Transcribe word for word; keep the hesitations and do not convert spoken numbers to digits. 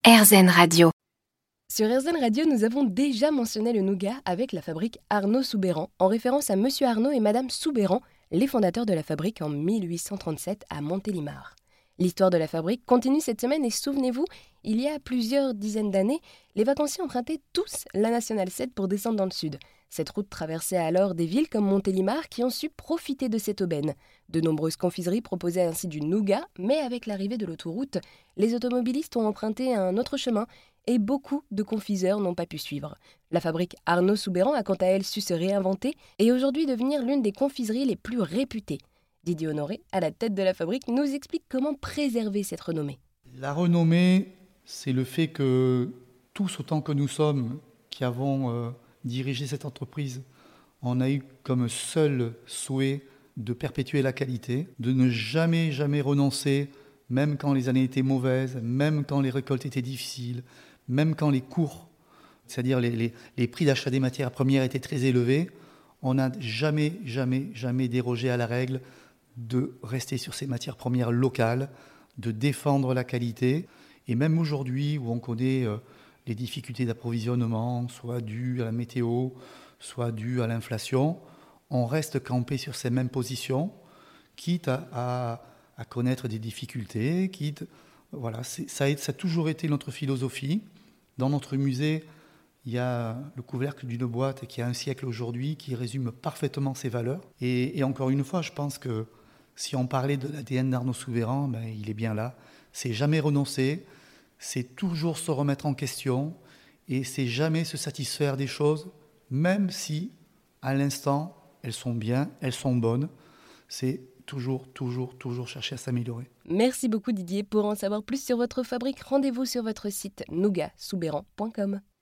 RZN Radio. Sur RZN Radio, nous avons déjà mentionné le nougat avec la fabrique Arnaud Soubeyran, en référence à Monsieur Arnaud et Madame Soubeyran, les fondateurs de la fabrique en mille huit cent trente-sept à Montélimar. L'histoire de la fabrique continue cette semaine et souvenez-vous, il y a plusieurs dizaines d'années, les vacanciers empruntaient tous la Nationale sept pour descendre dans le sud. Cette route traversait alors des villes comme Montélimar qui ont su profiter de cette aubaine. De nombreuses confiseries proposaient ainsi du nougat, mais avec l'arrivée de l'autoroute, les automobilistes ont emprunté un autre chemin et beaucoup de confiseurs n'ont pas pu suivre. La fabrique Arnaud Soubeyran a quant à elle su se réinventer et aujourd'hui devenir l'une des confiseries les plus réputées. Didier Honoré, à la tête de la fabrique, nous explique comment préserver cette renommée. La renommée, c'est le fait que tous autant que nous sommes qui avons euh, dirigé cette entreprise, on a eu comme seul souhait de perpétuer la qualité, de ne jamais, jamais renoncer, même quand les années étaient mauvaises, même quand les récoltes étaient difficiles, même quand les cours, c'est-à-dire les, les, les prix d'achat des matières premières étaient très élevés, on n'a jamais, jamais, jamais dérogé à la règle de rester sur ces matières premières locales, de défendre la qualité. Et même aujourd'hui, où on connaît euh, les difficultés d'approvisionnement, soit dues à la météo, soit dues à l'inflation, on reste campé sur ces mêmes positions, quitte à, à, à connaître des difficultés, quitte... Voilà, c'est, ça, a, ça a toujours été notre philosophie. Dans notre musée, il y a le couvercle d'une boîte qui a un siècle aujourd'hui, qui résume parfaitement ces valeurs. Et, et encore une fois, je pense que si on parlait de l'A D N d'Arnaud Soubeyran, ben, il est bien là. C'est jamais renoncer, c'est toujours se remettre en question et c'est jamais se satisfaire des choses, même si, à l'instant, elles sont bien, elles sont bonnes. C'est toujours, toujours, toujours chercher à s'améliorer. Merci beaucoup Didier. Pour en savoir plus sur votre fabrique, rendez-vous sur votre site nougat soubeyran point com.